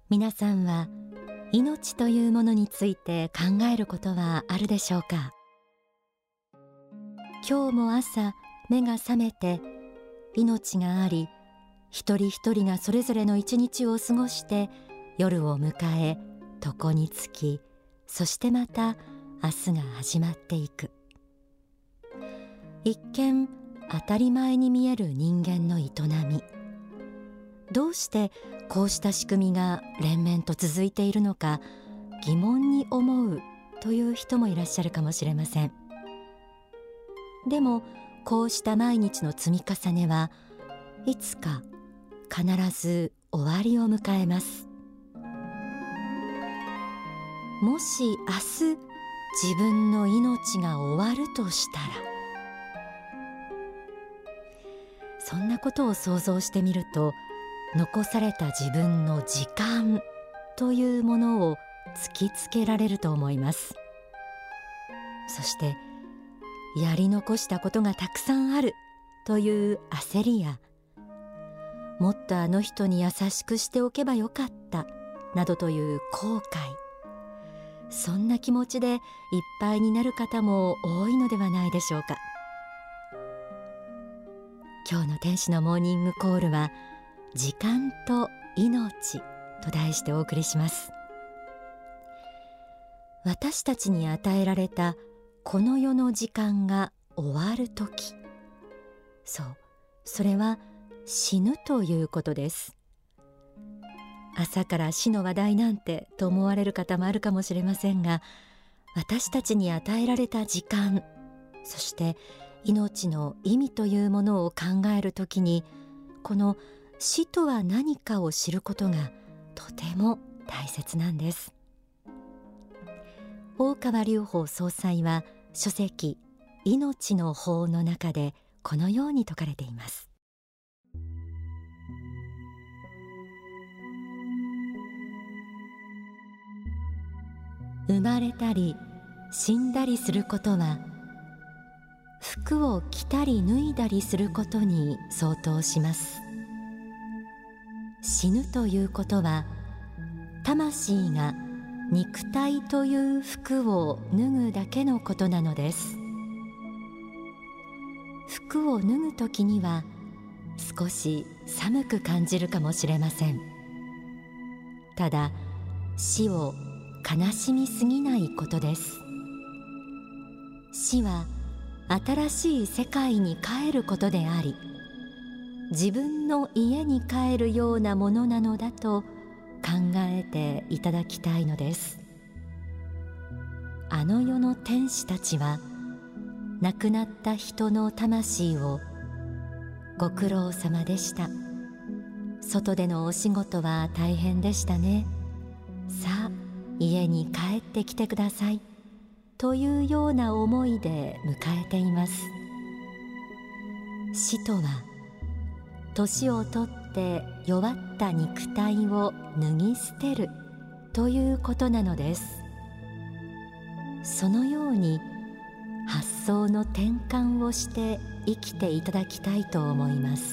皆さんは命というものについて考えることはあるでしょうか。今日も朝目が覚めて命があり、一人一人がそれぞれの一日を過ごして夜を迎え床につき、そしてまた明日が始まっていく。一見当たり前に見える人間の営み、どうしてこうした仕組みが連綿と続いているのか疑問に思うという人もいらっしゃるかもしれません。でもこうした毎日の積み重ねはいつか必ず終わりを迎えます。もし明日自分の命が終わるとしたら、そんなことを想像してみると、残された自分の時間というものを突きつけられると思います。そしてやり残したことがたくさんあるという焦りや、もっとあの人に優しくしておけばよかったなどという後悔、そんな気持ちでいっぱいになる方も多いのではないでしょうか。今日の天使のモーニングコールは、時間と命と題してお送りします。私たちに与えられたこの世の時間が終わるとき、そう、それは死ぬということです。朝から死の話題なんてと思われる方もあるかもしれませんが、私たちに与えられた時間、そして命の意味というものを考えるときに、この死とは何かを知ることがとても大切なんです。大川隆法総裁は書籍「命の法」の中でこのように説かれています。生まれたり死んだりすることは、服を着たり脱いだりすることに相当します。死ぬということは、魂が肉体という服を脱ぐだけのことなのです。服を脱ぐときには少し寒く感じるかもしれません。ただ死を悲しみすぎないことです。死は新しい世界に帰ることであり、自分の家に帰るようなものなのだと考えていただきたいのです。あの世の天使たちは、亡くなった人の魂を、ご苦労様でした、外でのお仕事は大変でしたね、さあ家に帰ってきてくださいというような思いで迎えています。死とは、年をとって弱った肉体を脱ぎ捨てるということなのです。そのように発想の転換をして生きていただきたいと思います。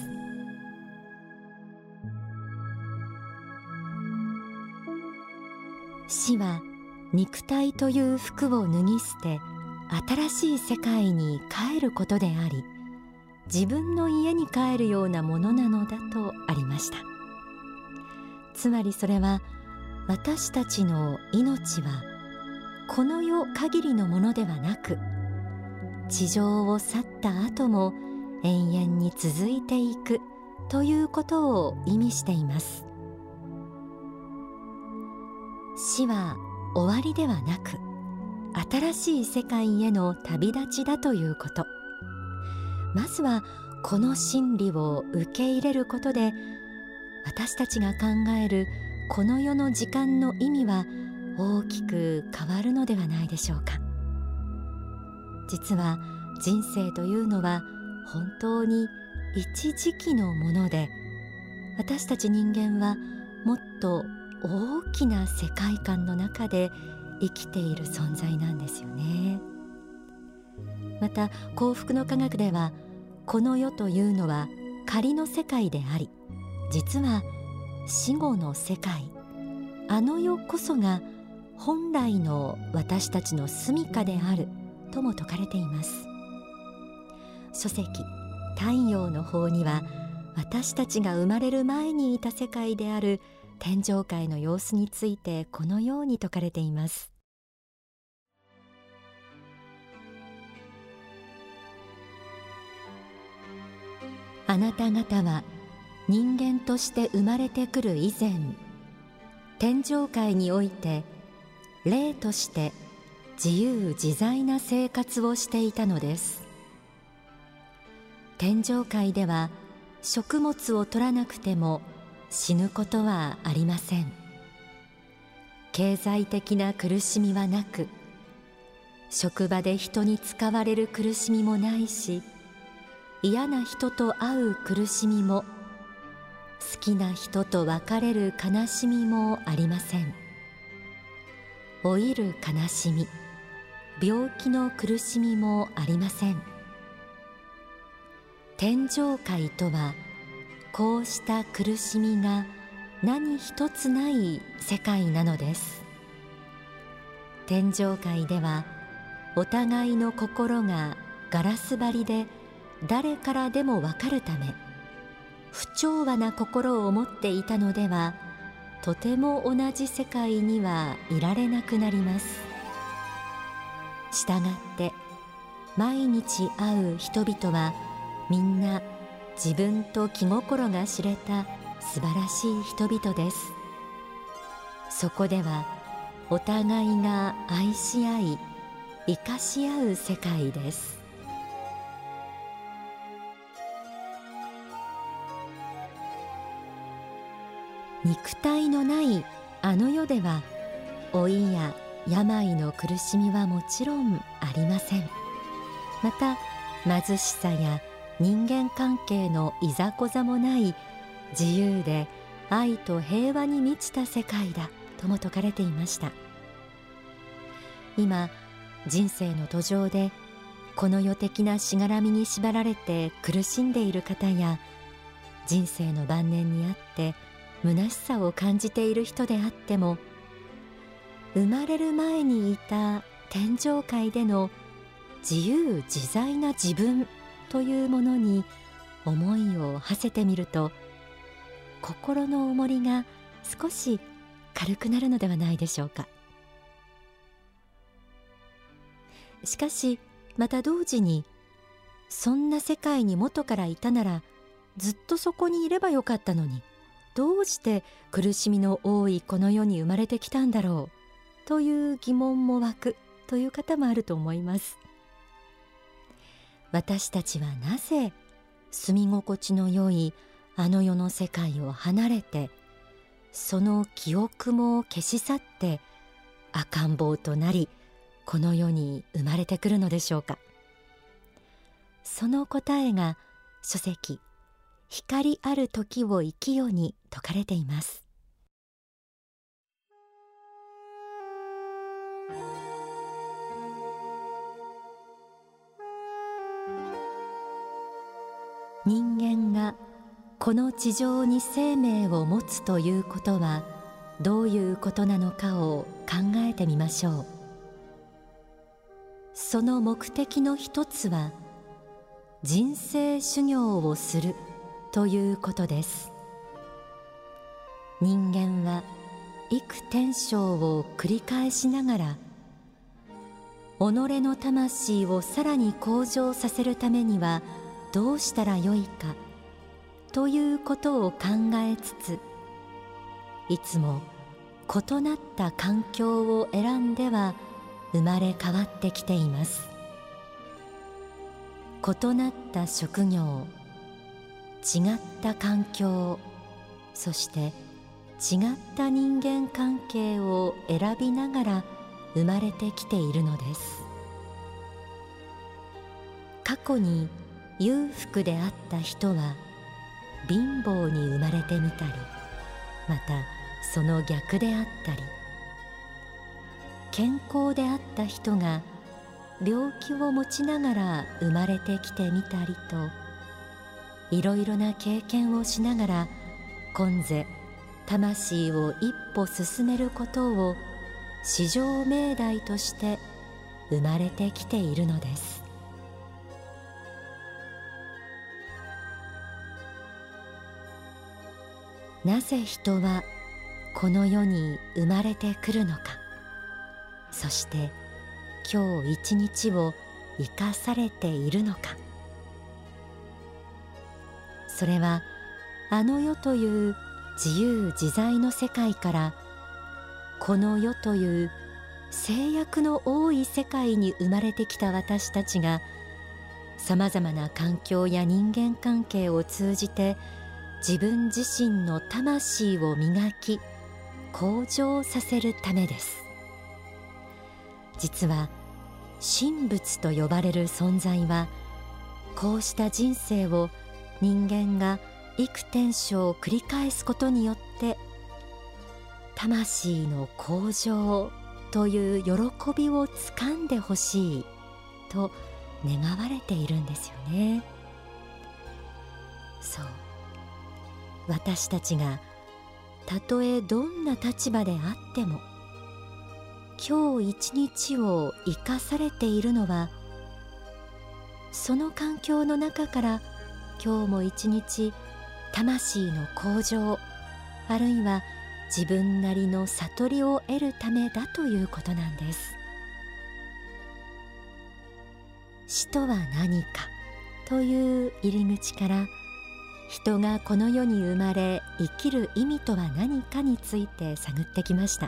死は肉体という服を脱ぎ捨て、新しい世界に帰ることであり、自分の家に帰るようなものなのだとありました。つまりそれは、私たちの命はこの世限りのものではなく、地上を去った後も永遠に続いていくということを意味しています。死は終わりではなく、新しい世界への旅立ちだということ。まずはこの真理を受け入れることで、私たちが考えるこの世の時間の意味は大きく変わるのではないでしょうか。実は人生というのは本当に一時期のもので、私たち人間はもっと大きな世界観の中で生きている存在なんですよね。また幸福の科学では、この世というのは仮の世界であり、実は死後の世界、 あの世こそが本来の私たちの住処であるとも説かれています。書籍太陽の方には、私たちが生まれる前にいた世界である天上界の様子についてこのように説かれています。あなた方は人間として生まれてくる以前、天上界において霊として自由自在な生活をしていたのです。天上界では食物を取らなくても死ぬことはありません。経済的な苦しみはなく、職場で人に使われる苦しみもないし、嫌な人と会う苦しみも、好きな人と別れる悲しみもありません。老いる悲しみ、病気の苦しみもありません。天上界とは、こうした苦しみが何一つない世界なのです。天上界では、お互いの心がガラス張りで誰からでもわかるため、不調和な心を持っていたのでは、とても同じ世界にはいられなくなります。したがって毎日会う人々はみんな自分と気心が知れた素晴らしい人々です。そこではお互いが愛し合い生かし合う世界です。肉体のないあの世では、老いや病の苦しみはもちろんありません。また貧しさや人間関係のいざこざもない自由で愛と平和に満ちた世界だとも説かれていました。今人生の途上でこの世的なしがらみに縛られて苦しんでいる方や、人生の晩年にあって虚しさを感じている人であっても、生まれる前にいた天上界での自由自在な自分というものに思いを馳せてみると、心の重りが少し軽くなるのではないでしょうか。しかしまた同時に、そんな世界に元からいたならずっとそこにいればよかったのに、どうして苦しみの多いこの世に生まれてきたんだろうという疑問も湧くという方もあると思います。私たちはなぜ住み心地の良いあの世の世界を離れて、その記憶も消し去って赤ん坊となり、この世に生まれてくるのでしょうか。その答えが書籍光ある時を生きよに説かれています。人間がこの地上に生命を持つということはどういうことなのかを考えてみましょう。その目的の一つは人生修行をするということです。人間は幾転生を繰り返しながら、己の魂をさらに向上させるためにはどうしたらよいかということを考えつつ、いつも異なった環境を選んでは生まれ変わってきています。異なった職業、違った環境、そして違った人間関係を選びながら生まれてきているのです。過去に裕福であった人は貧乏に生まれてみたり、またその逆であったり、健康であった人が病気を持ちながら生まれてきてみたりと、いろいろな経験をしながら今世魂を一歩進めることを至上命題として生まれてきているのです。なぜ人はこの世に生まれてくるのか、そして今日一日を生かされているのか。それはあの世という自由自在の世界からこの世という制約の多い世界に生まれてきた私たちが、さまざまな環境や人間関係を通じて自分自身の魂を磨き向上させるためです。実は神仏と呼ばれる存在は、こうした人生を人間が幾転生を繰り返すことによって魂の向上という喜びをつかんでほしいと願われているんですよね。そう、私たちがたとえどんな立場であっても、今日一日を生かされているのは、その環境の中から今日も一日魂の向上、あるいは自分なりの悟りを得るためだということなんです。死とは何かという入り口から、人がこの世に生まれ生きる意味とは何かについて探ってきました。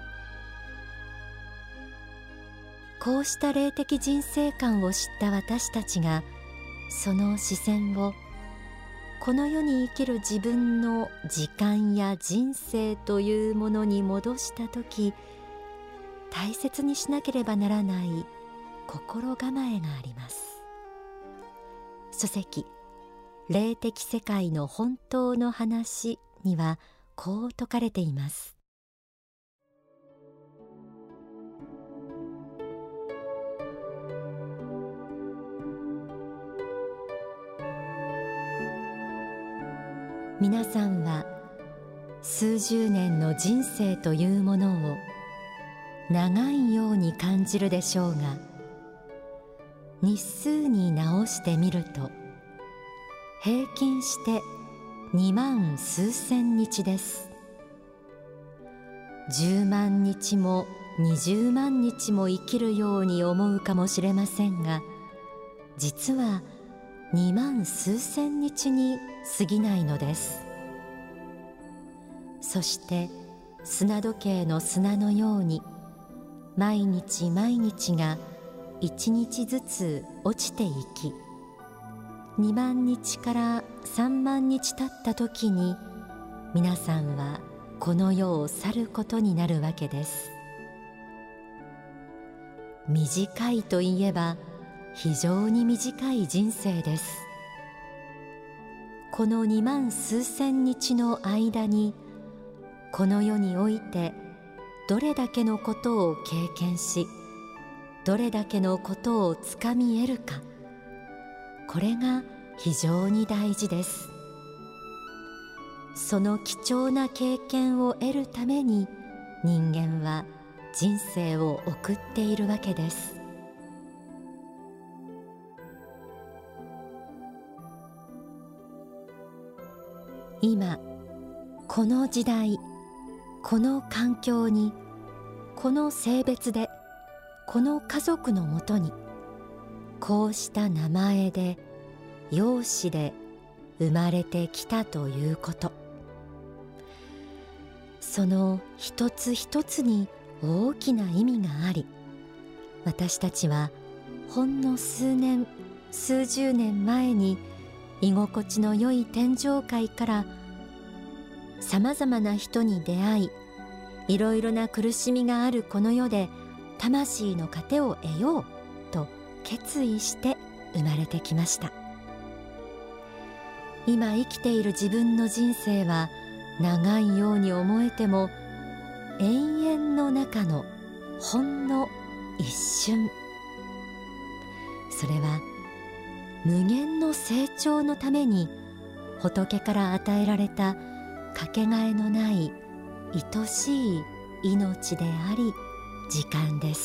こうした霊的人生観を知った私たちが、その視線をこの世に生きる自分の時間や人生というものに戻したとき、大切にしなければならない心構えがあります。書籍霊的世界の本当の話にはこう説かれています。皆さんは数十年の人生というものを長いように感じるでしょうが、日数に直してみると平均して2万数千日です。10万日も20万日も生きるように思うかもしれませんが、実は2万数千日に過ぎないのです。そして砂時計の砂のように、毎日毎日が1日ずつ落ちていき、2万日から3万日経った時に、皆さんはこの世を去ることになるわけです。短いといえば非常に短い人生です。この2万数千日の間に、この世においてどれだけのことを経験し、どれだけのことをつかみ得るか、これが非常に大事です。その貴重な経験を得るために、人間は人生を送っているわけです。今この時代、この環境に、この性別で、この家族のもとに、こうした名前で容姿で生まれてきたということ、その一つ一つに大きな意味があり、私たちはほんの数年、数十年前に居心地の良い天上界からさまざまな人に出会い、いろいろな苦しみがあるこの世で魂の糧を得ようと決意して生まれてきました。今生きている自分の人生は長いように思えても、永遠の中のほんの一瞬、それは無限の成長のために仏から与えられたかけがえのない愛しい命であり時間です。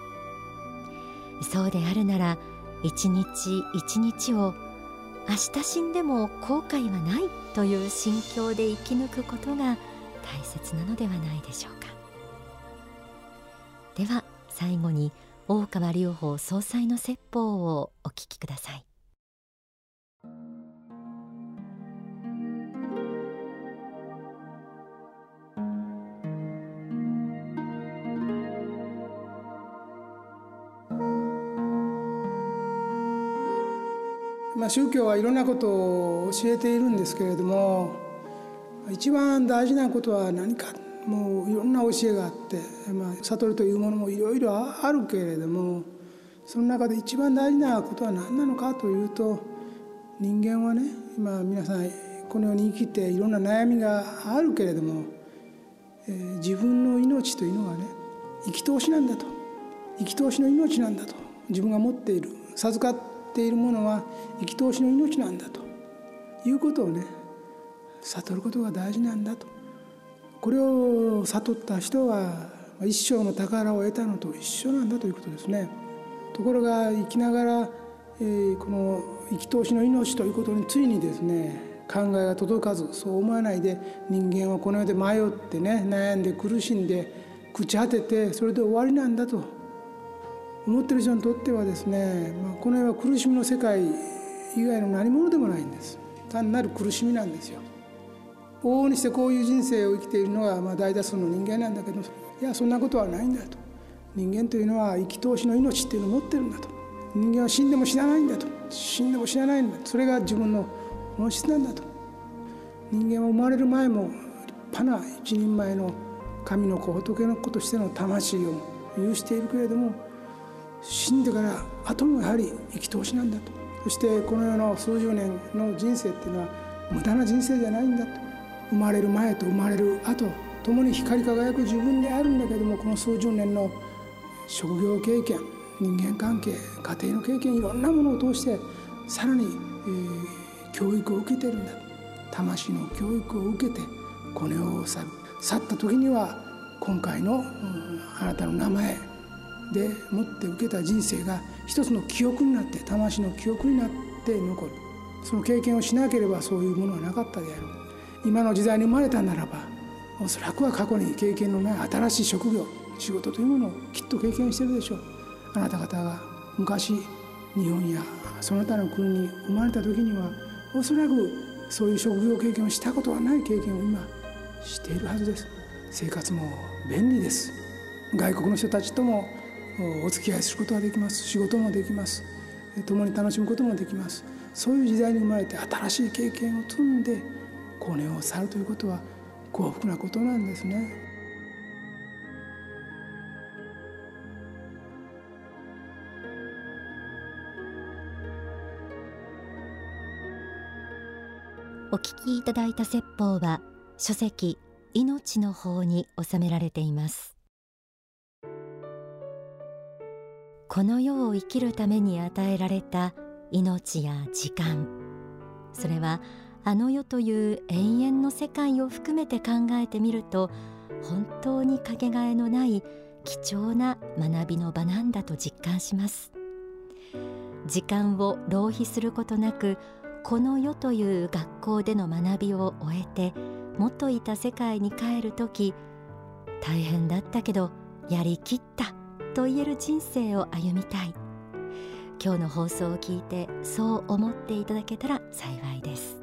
そうであるなら、一日一日を明日死んでも後悔はないという心境で生き抜くことが大切なのではないでしょうか。では最後に大川隆法総裁の説法をお聞きください。 宗教はいろんなことを教えているんですけれども、一番大事なことは何か。もういろんな教えがあって、悟りというものもいろいろあるけれども、その中で一番大事なことは何なのかというと、人間はね、今皆さんこの世に生きていろんな悩みがあるけれども、自分の命というのはね、生き通しなんだと、生き通しの命なんだと、自分が持っている授かっているものは生き通しの命なんだということをね、悟ることが大事なんだと。これを悟った人は一生の宝を得たのと一緒なんだということですね。ところが生きながら、この生き通しの命ということについにですね、考えが届かず、そう思わないで人間はこの世で迷ってね、悩んで苦しんで朽ち果てて、それで終わりなんだと思っている人にとってはですね、この世は苦しみの世界以外の何者でもないんです。単なる苦しみなんですよ。往々にしてこういう人生を生きているのが大多数の人間なんだけど、いやそんなことはないんだと。人間というのは生き通しの命っていうのを持ってるんだと。人間は死んでも死なないんだと。死んでも死なないんだと。それが自分の本質なんだと。人間は生まれる前も立派な一人前の神の子、仏の子としての魂を有しているけれども、死んでから後もやはり生き通しなんだと。そしてこの世の数十年の人生っていうのは無駄な人生じゃないんだと。生まれる前と生まれる後、共に光り輝く自分であるんだけども、この数十年の職業経験、人間関係、家庭の経験、いろんなものを通してさらに、教育を受けてるんだ。魂の教育を受けてこの世を去る。去った時には今回の、あなたの名前でもって受けた人生が一つの記憶になって、魂の記憶になって残る。その経験をしなければそういうものはなかったである。今の時代に生まれたならば、おそらくは過去に経験のない新しい職業、仕事というものをきっと経験しているでしょう。あなた方が昔日本やその他の国に生まれた時には、おそらくそういう職業経験をしたことはない経験を今しているはずです。生活も便利です。外国の人たちともお付き合いすることができます。仕事もできます。共に楽しむこともできます。そういう時代に生まれて新しい経験を積んでこの世を去るということは幸福なことなんですね。 お聞きいただいた説法は書籍命の法に収められています。この世を生きるために与えられた命や時間、それはあの世という永遠の世界を含めて考えてみると、本当にかけがえのない貴重な学びの場なんだと実感します。時間を浪費することなく、この世という学校での学びを終えて元いた世界に帰るとき、大変だったけどやりきったと言える人生を歩みたい。今日の放送を聞いてそう思っていただけたら幸いです。